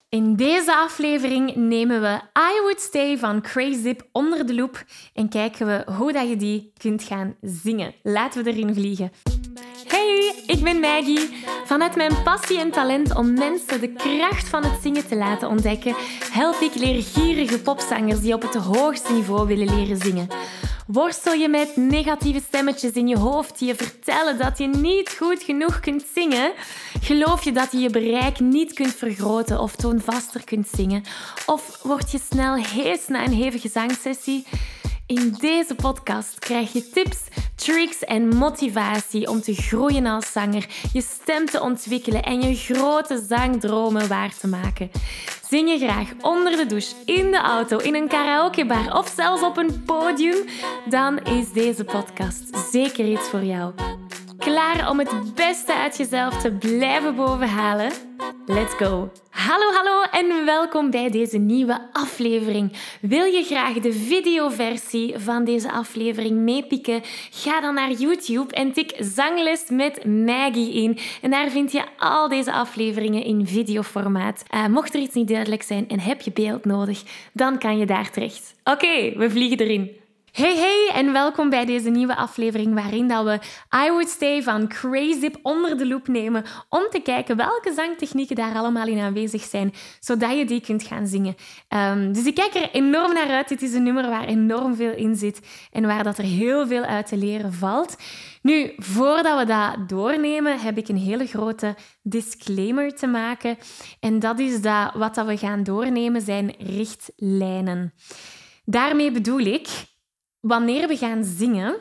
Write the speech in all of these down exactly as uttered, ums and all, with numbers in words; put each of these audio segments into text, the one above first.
In deze aflevering nemen we I Would Stay van Crazip onder de loep en kijken we hoe dat je die kunt gaan zingen. Laten we erin vliegen. Hey, ik ben Maggie. Vanuit mijn passie en talent om mensen de kracht van het zingen te laten ontdekken, help ik leergierige popzangers die op het hoogste niveau willen leren zingen. Worstel je met negatieve stemmetjes in je hoofd die je vertellen dat je niet goed genoeg kunt zingen? Geloof je dat je je bereik niet kunt vergroten of toonvaster kunt zingen? Of word je snel hees na een hevige zangsessie? In deze podcast krijg je tips, tricks en motivatie om te groeien als zanger, je stem te ontwikkelen en je grote zangdromen waar te maken. Zing je graag onder de douche, in de auto, in een karaokebar of zelfs op een podium? Dan is deze podcast zeker iets voor jou. Klaar om het beste uit jezelf te blijven bovenhalen? Let's go! Hallo, hallo en welkom bij deze nieuwe aflevering. Wil je graag de videoversie van deze aflevering meepikken? Ga dan naar YouTube en tik Zangles met Maggie in. En daar vind je al deze afleveringen in videoformaat. Uh, mocht er iets niet duidelijk zijn en heb je beeld nodig, dan kan je daar terecht. Oké, okay, we vliegen erin. Hey hey en welkom bij deze nieuwe aflevering waarin dat we I Would Stay van Crazip onder de loep nemen om te kijken welke zangtechnieken daar allemaal in aanwezig zijn, zodat je die kunt gaan zingen. Um, dus ik kijk er enorm naar uit. Dit is een nummer waar enorm veel in zit en waar dat er heel veel uit te leren valt. Nu, voordat we dat doornemen, heb ik een hele grote disclaimer te maken. En dat is dat wat dat we gaan doornemen zijn richtlijnen. Daarmee bedoel ik, wanneer we gaan zingen,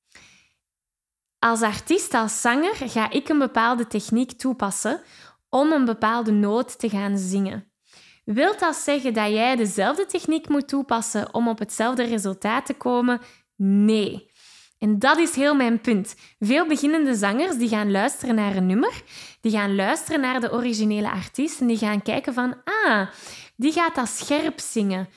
als artiest, als zanger, ga ik een bepaalde techniek toepassen om een bepaalde noot te gaan zingen. Wilt dat zeggen dat jij dezelfde techniek moet toepassen om op hetzelfde resultaat te komen? Nee. En dat is heel mijn punt. Veel beginnende zangers die gaan luisteren naar een nummer, die gaan luisteren naar de originele artiest en die gaan kijken van, ah, die gaat dat scherp zingen.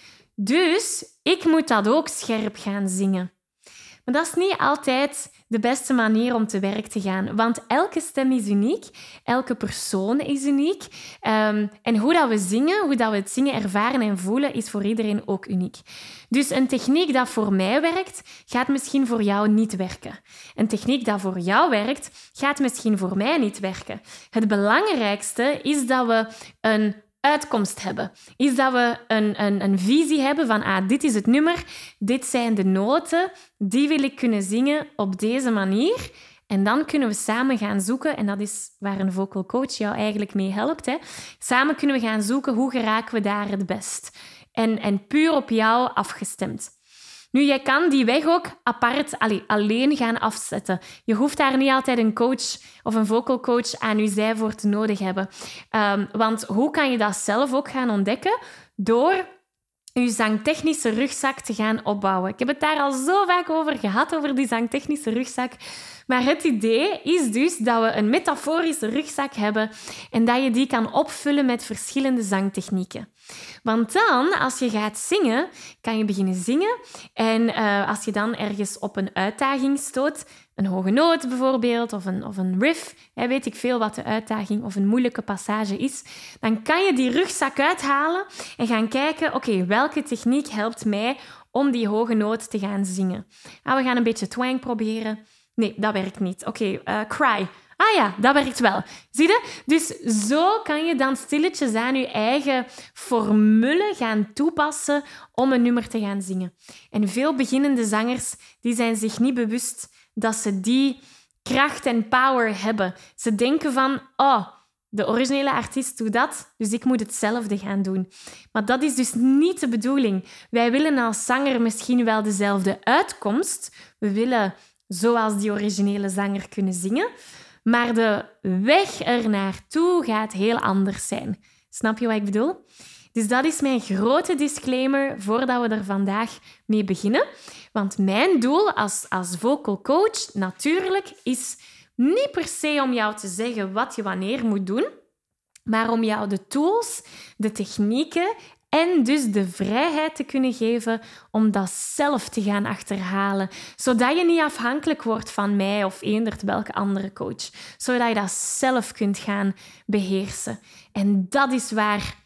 Dus ik moet dat ook scherp gaan zingen. Maar dat is niet altijd de beste manier om te werk te gaan. Want elke stem is uniek. Elke persoon is uniek. Um, en hoe dat we zingen, hoe dat we het zingen ervaren en voelen, is voor iedereen ook uniek. Dus een techniek dat voor mij werkt, gaat misschien voor jou niet werken. Een techniek dat voor jou werkt, gaat misschien voor mij niet werken. Het belangrijkste is dat we een uitkomst hebben. Is dat we een, een, een visie hebben van, ah, dit is het nummer, dit zijn de noten, die wil ik kunnen zingen op deze manier. En dan kunnen we samen gaan zoeken, en dat is waar een vocal coach jou eigenlijk mee helpt. Hè. Samen kunnen we gaan zoeken, hoe geraken we daar het best? En, en puur op jou afgestemd. Nu, jij kan die weg ook apart allee, alleen gaan afzetten. Je hoeft daar niet altijd een coach of een vocal coach aan je zij voor te nodig hebben. Um, want hoe kan je dat zelf ook gaan ontdekken? Door je zangtechnische rugzak te gaan opbouwen. Ik heb het daar al zo vaak over gehad, over die zangtechnische rugzak. Maar het idee is dus dat we een metaforische rugzak hebben en dat je die kan opvullen met verschillende zangtechnieken. Want dan, als je gaat zingen, kan je beginnen zingen. En uh, als je dan ergens op een uitdaging stoot, een hoge noot bijvoorbeeld, of een, of een riff, hè, weet ik veel wat de uitdaging of een moeilijke passage is, dan kan je die rugzak uithalen en gaan kijken, oké, okay, welke techniek helpt mij om die hoge noot te gaan zingen? Ah, we gaan een beetje twang proberen. Nee, dat werkt niet. Oké, okay, uh, cry. Ah ja, dat werkt wel. Zie je? Dus zo kan je dan stilletjes aan je eigen formule gaan toepassen om een nummer te gaan zingen. En veel beginnende zangers die zijn zich niet bewust dat ze die kracht en power hebben. Ze denken van, oh, de originele artiest doet dat, dus ik moet hetzelfde gaan doen. Maar dat is dus niet de bedoeling. Wij willen als zanger misschien wel dezelfde uitkomst. We willen zoals die originele zanger kunnen zingen. Maar de weg ernaartoe gaat heel anders zijn. Snap je wat ik bedoel? Dus dat is mijn grote disclaimer voordat we er vandaag mee beginnen. Want mijn doel als, als vocal coach natuurlijk is niet per se om jou te zeggen wat je wanneer moet doen, maar om jou de tools, de technieken en dus de vrijheid te kunnen geven om dat zelf te gaan achterhalen. Zodat je niet afhankelijk wordt van mij of eenderd welke andere coach. Zodat je dat zelf kunt gaan beheersen. En dat is waar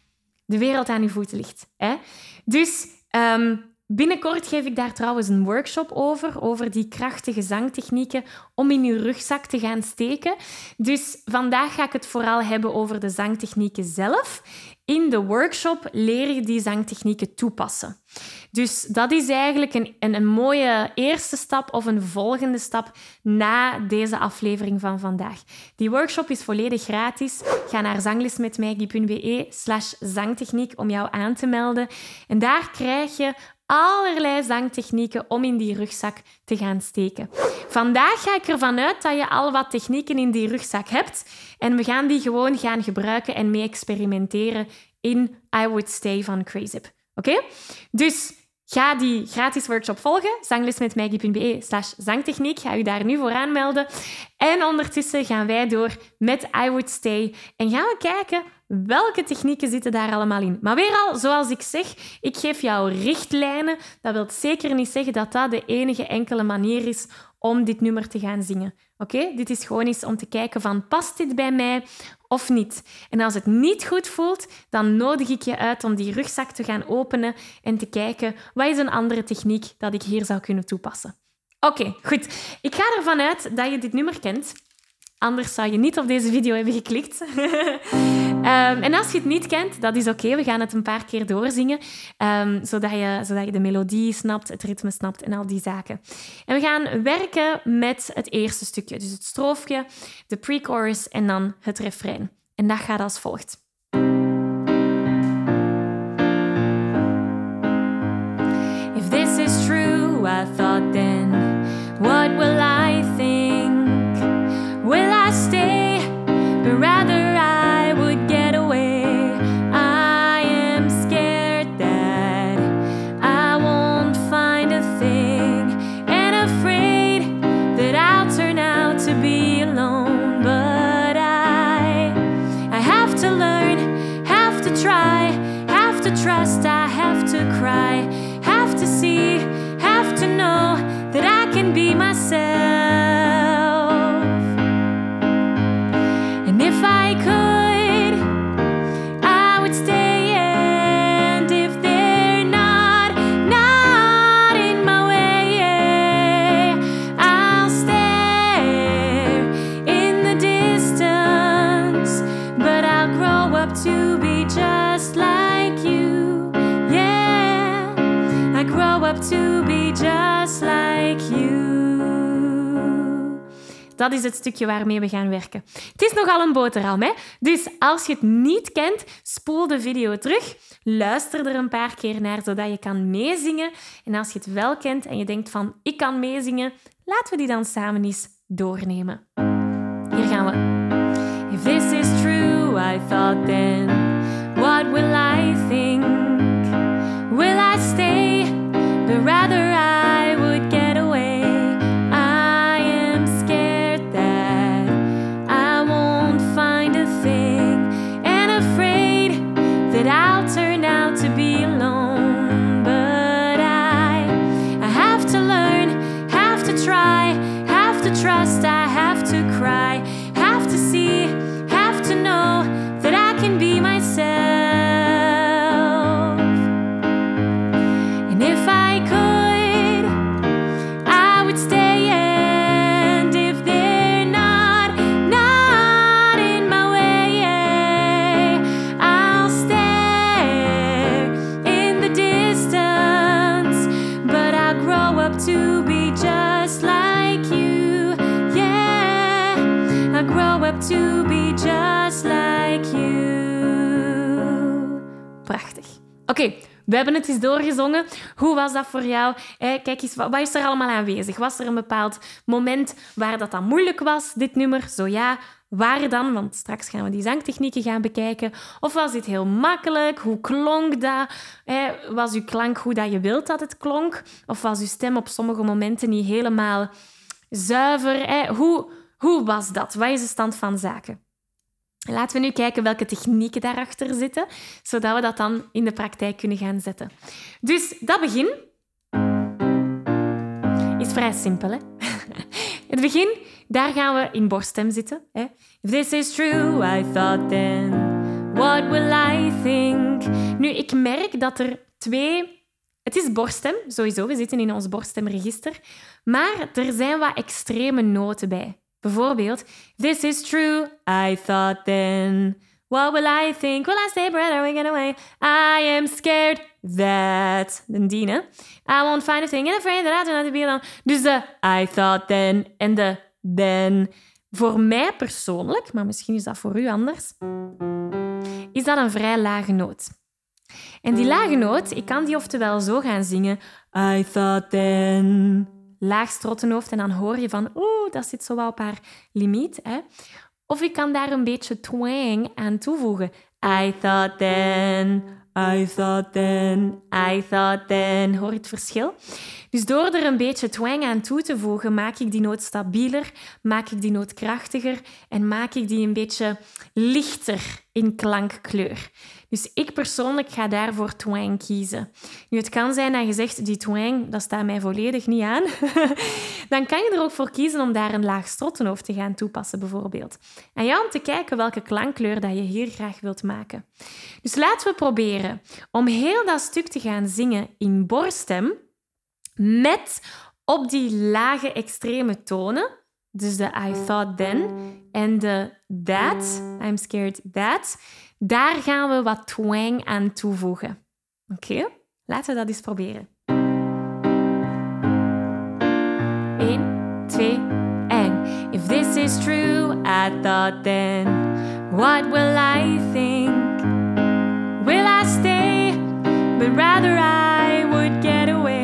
de wereld aan je voeten ligt. Hè? Dus um, binnenkort geef ik daar trouwens een workshop over, over die krachtige zangtechnieken om in je rugzak te gaan steken. Dus vandaag ga ik het vooral hebben over de zangtechnieken zelf. In de workshop leer je die zangtechnieken toepassen. Dus dat is eigenlijk een, een, een mooie eerste stap of een volgende stap na deze aflevering van vandaag. Die workshop is volledig gratis. Ga naar zanglesmetmaggie.be slash zangtechniek om jou aan te melden. En daar krijg je allerlei zangtechnieken om in die rugzak te gaan steken. Vandaag ga ik ervan uit dat je al wat technieken in die rugzak hebt en we gaan die gewoon gaan gebruiken en mee experimenteren in I Would Stay van Crazip. Oké? Okay? Dus ga die gratis workshop volgen, zanglesmetmaggie.be slash zangtechniek. Ga je daar nu voor aanmelden. En ondertussen gaan wij door met I Would Stay en gaan we kijken welke technieken zitten daar allemaal in. Maar weer al, zoals ik zeg, ik geef jou richtlijnen. Dat wil zeker niet zeggen dat dat de enige enkele manier is om dit nummer te gaan zingen. Oké? Okay? Dit is gewoon eens om te kijken van, past dit bij mij of niet? En als het niet goed voelt, dan nodig ik je uit om die rugzak te gaan openen en te kijken, wat is een andere techniek dat ik hier zou kunnen toepassen? Oké, okay, goed. Ik ga ervan uit dat je dit nummer kent. Anders zou je niet op deze video hebben geklikt. um, en als je het niet kent, dat is oké. Okay. We gaan het een paar keer doorzingen, um, zodat, je, zodat je de melodie snapt, het ritme snapt en al die zaken. En we gaan werken met het eerste stukje. Dus het stroofje, de pre-chorus en dan het refrein. En dat gaat als volgt. If this is true, I thought then, what will I think? Will I stay? But rather I would get away. I am scared that I won't find a thing, and afraid that I'll turn out to be alone. But I, I have to learn, have to try, have to trust, I have to cry, have to see, have to know that I can be myself. If I could, I would stay, and if they're not, not in my way, I'll stare in the distance, but I'll grow up to be just like you, yeah, I grow up to be just like you. Dat is het stukje waarmee we gaan werken. Het is nogal een boterham, hè? Dus als je het niet kent, spoel de video terug. Luister er een paar keer naar, zodat je kan meezingen. En als je het wel kent en je denkt van, ik kan meezingen, laten we die dan samen eens doornemen. Hier gaan we. If this is true, I thought then, what will I think? Will I stay? But rather I would get away. That I'll turn out to be alone, but I, I have to learn, have to try, have to trust, I have to cry, have to see, have to know that I can be myself. And if I could, I would stay, and if they're not, not in my way, I'll stay to be just like you, yeah, I grow up to be just like you. Prachtig. Oké, okay, we hebben het eens doorgezongen. Hoe was dat voor jou? Eh, kijk eens, wat, wat is er allemaal aanwezig? Was er een bepaald moment waar dat dan moeilijk was, dit nummer? Zo ja, waar dan? Want straks gaan we die zangtechnieken gaan bekijken. Of was dit heel makkelijk? Hoe klonk dat? Eh, was uw klank hoe dat je wilt dat het klonk? Of was uw stem op sommige momenten niet helemaal zuiver? Eh, hoe, hoe was dat? Wat is de stand van zaken? Laten we nu kijken welke technieken daarachter zitten, zodat we dat dan in de praktijk kunnen gaan zetten. Dus dat begin is vrij simpel, hè? Het begin, daar gaan we in borststem zitten. Hè? If this is true, I thought then, what will I think? Nu, ik merk dat er twee... Het is borststem, sowieso. We zitten in ons borststemregister. Maar er zijn wat extreme noten bij. Bijvoorbeeld, this is true, I thought then. What will I think? Will I stay, brother, we get away? I am scared that... De die, hè? I won't find a thing and afraid that I do not to be alone. Dus de I thought then en de then. Voor mij persoonlijk, maar misschien is dat voor u anders, is dat een vrij lage noot. En die lage noot, ik kan die oftewel zo gaan zingen. I thought then... Laag strottenhoofd en dan hoor je van... Oeh, dat zit zo wel op haar limiet. Hè? Of ik kan daar een beetje twang aan toevoegen. I thought then... I thought then... I thought then... Hoor je het verschil? Dus door er een beetje twang aan toe te voegen, maak ik die noot stabieler, maak ik die noot krachtiger en maak ik die een beetje lichter in klankkleur. Dus ik persoonlijk ga daarvoor twang kiezen. Nu, het kan zijn dat je zegt, die twang, dat staat mij volledig niet aan. Dan kan je er ook voor kiezen om daar een laag strottenhoofd te gaan toepassen, bijvoorbeeld. En ja, om te kijken welke klankkleur dat je hier graag wilt maken. Dus laten we proberen om heel dat stuk te gaan zingen in borststem, met op die lage extreme tonen, dus de I thought then en de that, I'm scared that, daar gaan we wat twang aan toevoegen. Oké, okay? Laten we dat eens proberen. Eén, twee en... If this is true, I thought then, what will I think? Will I stay? But rather I would get away.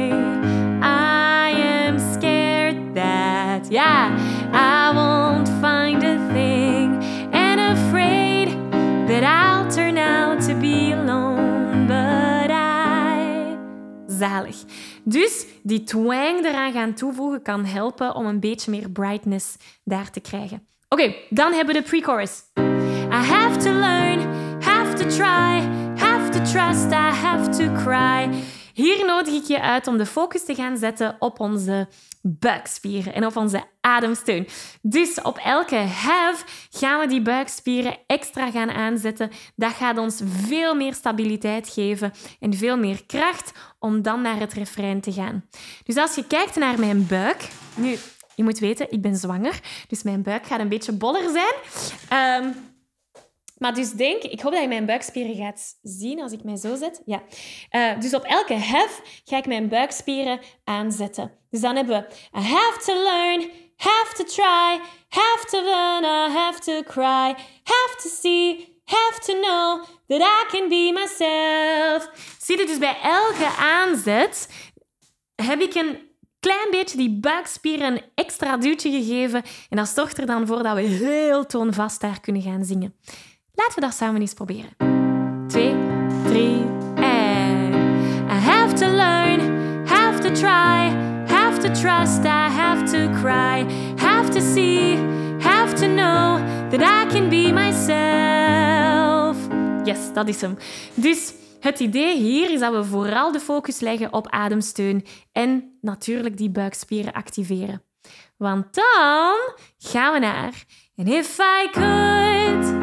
Yeah, I won't find a thing and afraid that I'll turn out to be alone, but I... Zalig. Dus die twang eraan gaan toevoegen kan helpen om een beetje meer brightness daar te krijgen. Oké, okay, dan hebben we de pre-chorus. I have to learn, have to try, have to trust, I have to cry. Hier nodig ik je uit om de focus te gaan zetten op onze buikspieren en op onze ademsteun. Dus op elke have gaan we die buikspieren extra gaan aanzetten. Dat gaat ons veel meer stabiliteit geven en veel meer kracht om dan naar het refrein te gaan. Dus als je kijkt naar mijn buik... Nu, je moet weten, ik ben zwanger, dus mijn buik gaat een beetje boller zijn. Um, Maar dus denk, ik hoop dat je mijn buikspieren gaat zien als ik mij zo zet. Ja. Uh, dus op elke have ga ik mijn buikspieren aanzetten. Dus dan hebben we I have to learn, have to try, have to learn, I have to cry, have to see, have to know that I can be myself. Zie je, dus bij elke aanzet heb ik een klein beetje die buikspieren een extra duwtje gegeven. En dat zorgt er dan voor dat we heel toonvast daar kunnen gaan zingen. Laten we dat samen eens proberen. Twee, drie en... I have to learn, have to try, have to trust, I have to cry, have to see, have to know that I can be myself. Yes, dat is hem. Dus het idee hier is dat we vooral de focus leggen op ademsteun en natuurlijk die buikspieren activeren. Want dan gaan we naar... And if I could...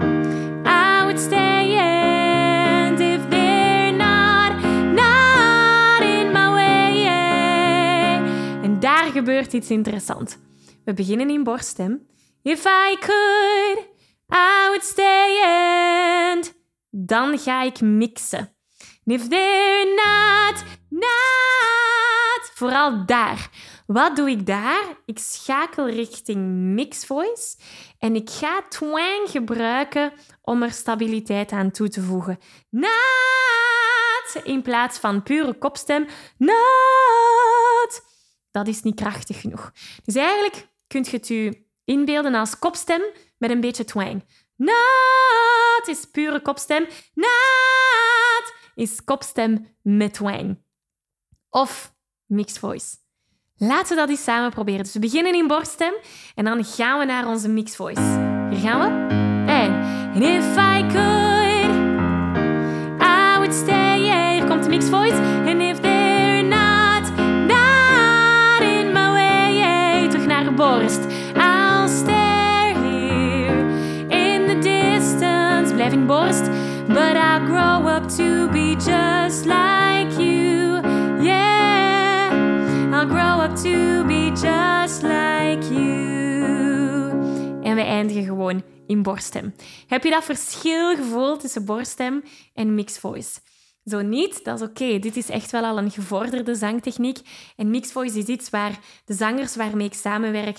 stay and if they're not, not in my way. En daar gebeurt iets interessants. We beginnen in borststem. If I could, I would stay and... Dan ga ik mixen. And if they're not, not... Vooral daar. Wat doe ik daar? Ik schakel richting mixed voice en ik ga twang gebruiken om er stabiliteit aan toe te voegen. Not in plaats van pure kopstem. Not. Dat is niet krachtig genoeg. Dus eigenlijk kunt je het je inbeelden als kopstem met een beetje twang. Not is pure kopstem. Not is kopstem met twang. Of mixed voice. Laten we dat eens samen proberen. Dus we beginnen in borststem en dan gaan we naar onze mixed voice. Hier gaan we. En and if I could, I would stay. Hier komt de mixed voice. And if they're not, not in my way. Terug naar de borst. I'll stay here in the distance. Blijf in borst. But I'll I'll grow up to be just like you. Yeah, I'll grow up to be just like you. En we eindigen gewoon in borststem. Heb je dat verschil gevoeld tussen borststem en mixed voice? Zo niet, dat is oké. Okay. Dit is echt wel al een gevorderde zangtechniek. En mixed voice is iets waar de zangers waarmee ik samenwerk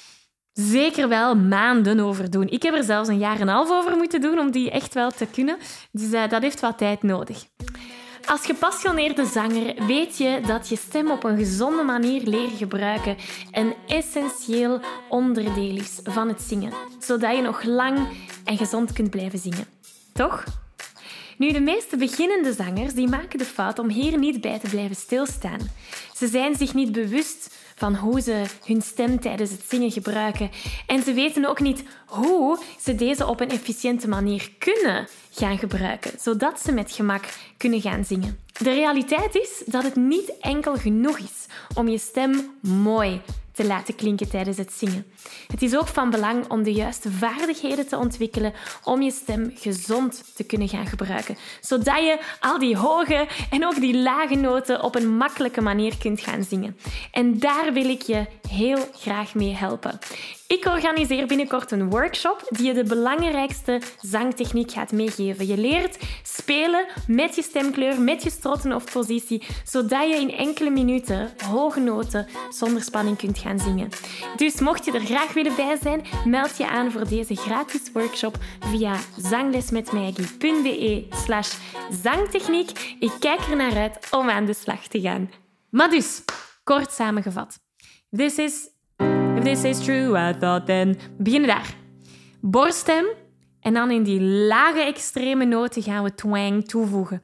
zeker wel maanden over doen. Ik heb er zelfs een jaar en een half over moeten doen om die echt wel te kunnen. Dus uh, dat heeft wat tijd nodig. Als gepassioneerde zanger weet je dat je stem op een gezonde manier leren gebruiken een essentieel onderdeel is van het zingen, zodat je nog lang en gezond kunt blijven zingen. Toch? Nu, de meeste beginnende zangers die maken de fout om hier niet bij te blijven stilstaan. Ze zijn zich niet bewust van hoe ze hun stem tijdens het zingen gebruiken. En ze weten ook niet hoe ze deze op een efficiënte manier kunnen gaan gebruiken, zodat ze met gemak kunnen gaan zingen. De realiteit is dat het niet enkel genoeg is om je stem mooi te laten klinken tijdens het zingen. Het is ook van belang om de juiste vaardigheden te ontwikkelen om je stem gezond te kunnen gaan gebruiken, zodat je al die hoge en ook die lage noten op een makkelijke manier kunt gaan zingen. En daar wil ik je heel graag mee helpen. Ik organiseer binnenkort een workshop die je de belangrijkste zangtechniek gaat meegeven. Je leert spelen met je stemkleur, met je strottenhoofdpositie, zodat je in enkele minuten hoge noten zonder spanning kunt gaan zingen. Dus mocht je er graag willen bij zijn, meld je aan voor deze gratis workshop via zanglesmetmaggie.be slash zangtechniek. Ik kijk er naar uit om aan de slag te gaan. Maar dus, kort samengevat. This is... If this is true, I thought then... We beginnen daar. Borststem. En dan in die lage extreme noten gaan we twang toevoegen.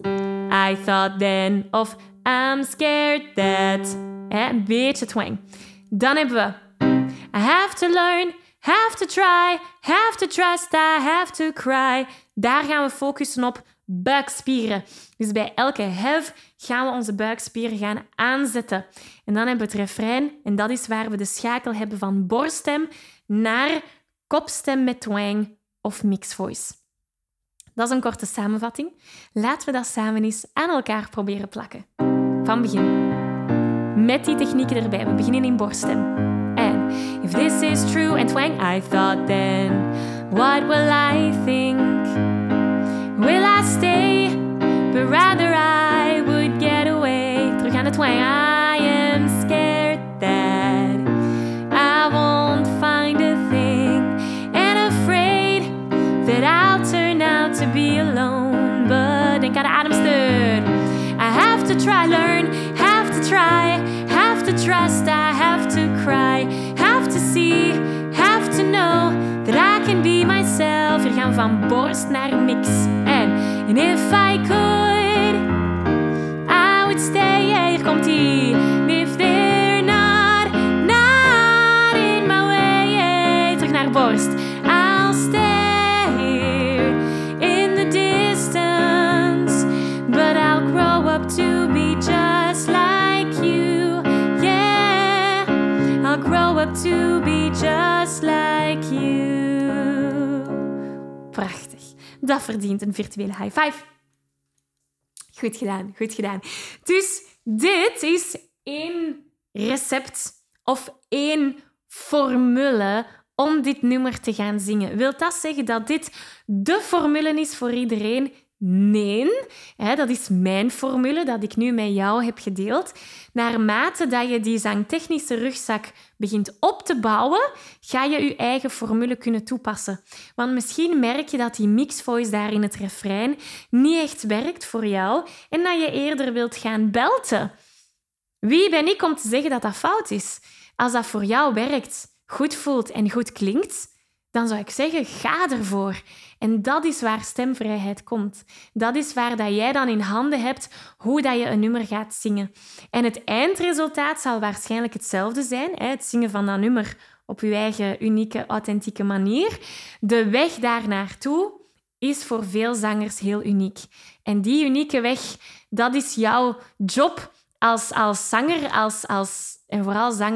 I thought then of I'm scared that... Eh, een beetje twang. Dan hebben we... I have to learn, have to try, have to trust, I have to cry. Daar gaan we focussen op buikspieren. Dus bij elke have gaan we onze buikspieren gaan aanzetten. En dan hebben we het refrein. En dat is waar we de schakel hebben van borststem naar kopstem met twang of mixed voice. Dat is een korte samenvatting. Laten we dat samen eens aan elkaar proberen plakken. Van begin. Met die technieken erbij. We beginnen in borststem. And if this is true and twang, I thought then, what will I think? Will I stay? But rather I would get away. Terug aan de twang. I am scared that I won't find a thing, and afraid that I'll turn out to be alone. But denk aan de ademsteun. I have to try, learn, have to try, have to trust, I have to cry, have to see, have to know that I can be myself. Hier gaan we van borst naar mix. En and if I could, I would stay. Yeah, hier komt ie. If they're not, not in my way. Yeah, terug naar borst. I'll stay here in the distance, but I'll grow up to be just like you. Yeah, I'll grow up to be just like you. Prachtig. Dat verdient een virtuele high five. Goed gedaan, goed gedaan. Dus dit is één recept of één formule om dit nummer te gaan zingen. Wil dat zeggen dat dit de formule is voor iedereen? Nee, hè, dat is mijn formule dat ik nu met jou heb gedeeld. Naarmate dat je die zangtechnische rugzak begint op te bouwen, ga je je eigen formule kunnen toepassen. Want misschien merk je dat die mixed voice daar in het refrein niet echt werkt voor jou en dat je eerder wilt gaan belten. Wie ben ik om te zeggen dat dat fout is? Als dat voor jou werkt, goed voelt en goed klinkt, dan zou ik zeggen, ga ervoor. En dat is waar stemvrijheid komt. Dat is waar dat jij dan in handen hebt hoe dat je een nummer gaat zingen. En het eindresultaat zal waarschijnlijk hetzelfde zijn. Het zingen van dat nummer op je eigen unieke, authentieke manier. De weg daar naartoe is voor veel zangers heel uniek. En die unieke weg, dat is jouw job als, als zanger als, als, en vooral zanger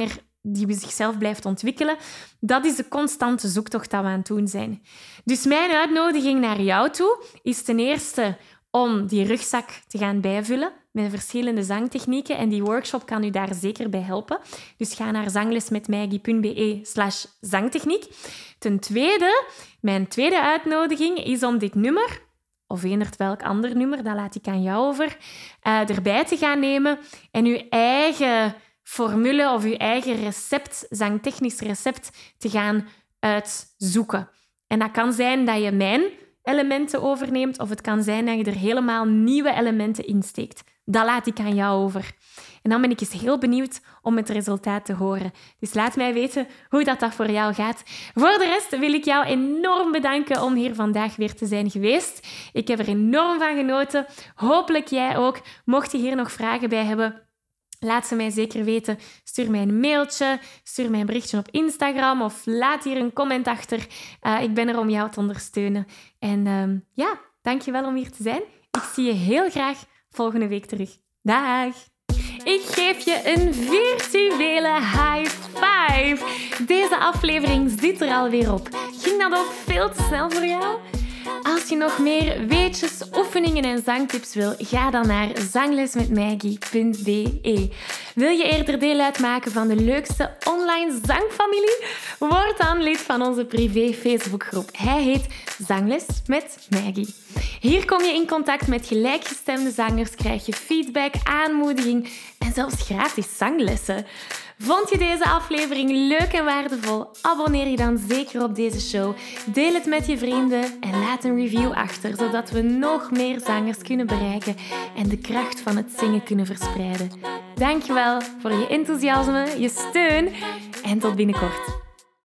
die zichzelf blijft ontwikkelen. Dat is de constante zoektocht dat we aan het doen zijn. Dus mijn uitnodiging naar jou toe is ten eerste om die rugzak te gaan bijvullen met verschillende zangtechnieken. En die workshop kan u daar zeker bij helpen. Dus ga naar zanglesmetmaggie.be slash zangtechniek. Ten tweede, mijn tweede uitnodiging is om dit nummer, of eender welk ander nummer, dat laat ik aan jou over, uh, erbij te gaan nemen en uw eigen formule of uw eigen recept, zangtechnisch recept, te gaan uitzoeken. En dat kan zijn dat je mijn elementen overneemt, of het kan zijn dat je er helemaal nieuwe elementen insteekt. Dat laat ik aan jou over. En dan ben ik eens heel benieuwd om het resultaat te horen. Dus laat mij weten hoe dat, dat voor jou gaat. Voor de rest wil ik jou enorm bedanken om hier vandaag weer te zijn geweest. Ik heb er enorm van genoten. Hopelijk jij ook. Mocht je hier nog vragen bij hebben, laat ze mij zeker weten. Stuur mij een mailtje, stuur mij een berichtje op Instagram of laat hier een comment achter. Uh, ik ben er om jou te ondersteunen. En uh, ja, dankjewel om hier te zijn. Ik zie je heel graag volgende week terug. Dag! Ik geef je een virtuele high five. Deze aflevering zit er alweer op. Ging dat ook veel te snel voor jou? Als je nog meer weetjes, oefeningen en zangtips wil, ga dan naar zanglesmetmaggie punt be. Wil je eerder deel uitmaken van de leukste online zangfamilie? Word dan lid van onze privé Facebookgroep. Hij heet Zangles met Maggie. Hier kom je in contact met gelijkgestemde zangers, krijg je feedback, aanmoediging en zelfs gratis zanglessen. Vond je deze aflevering leuk en waardevol? Abonneer je dan zeker op deze show. Deel het met je vrienden en laat een review achter, zodat we nog meer zangers kunnen bereiken en de kracht van het zingen kunnen verspreiden. Dankjewel voor je enthousiasme, je steun en tot binnenkort.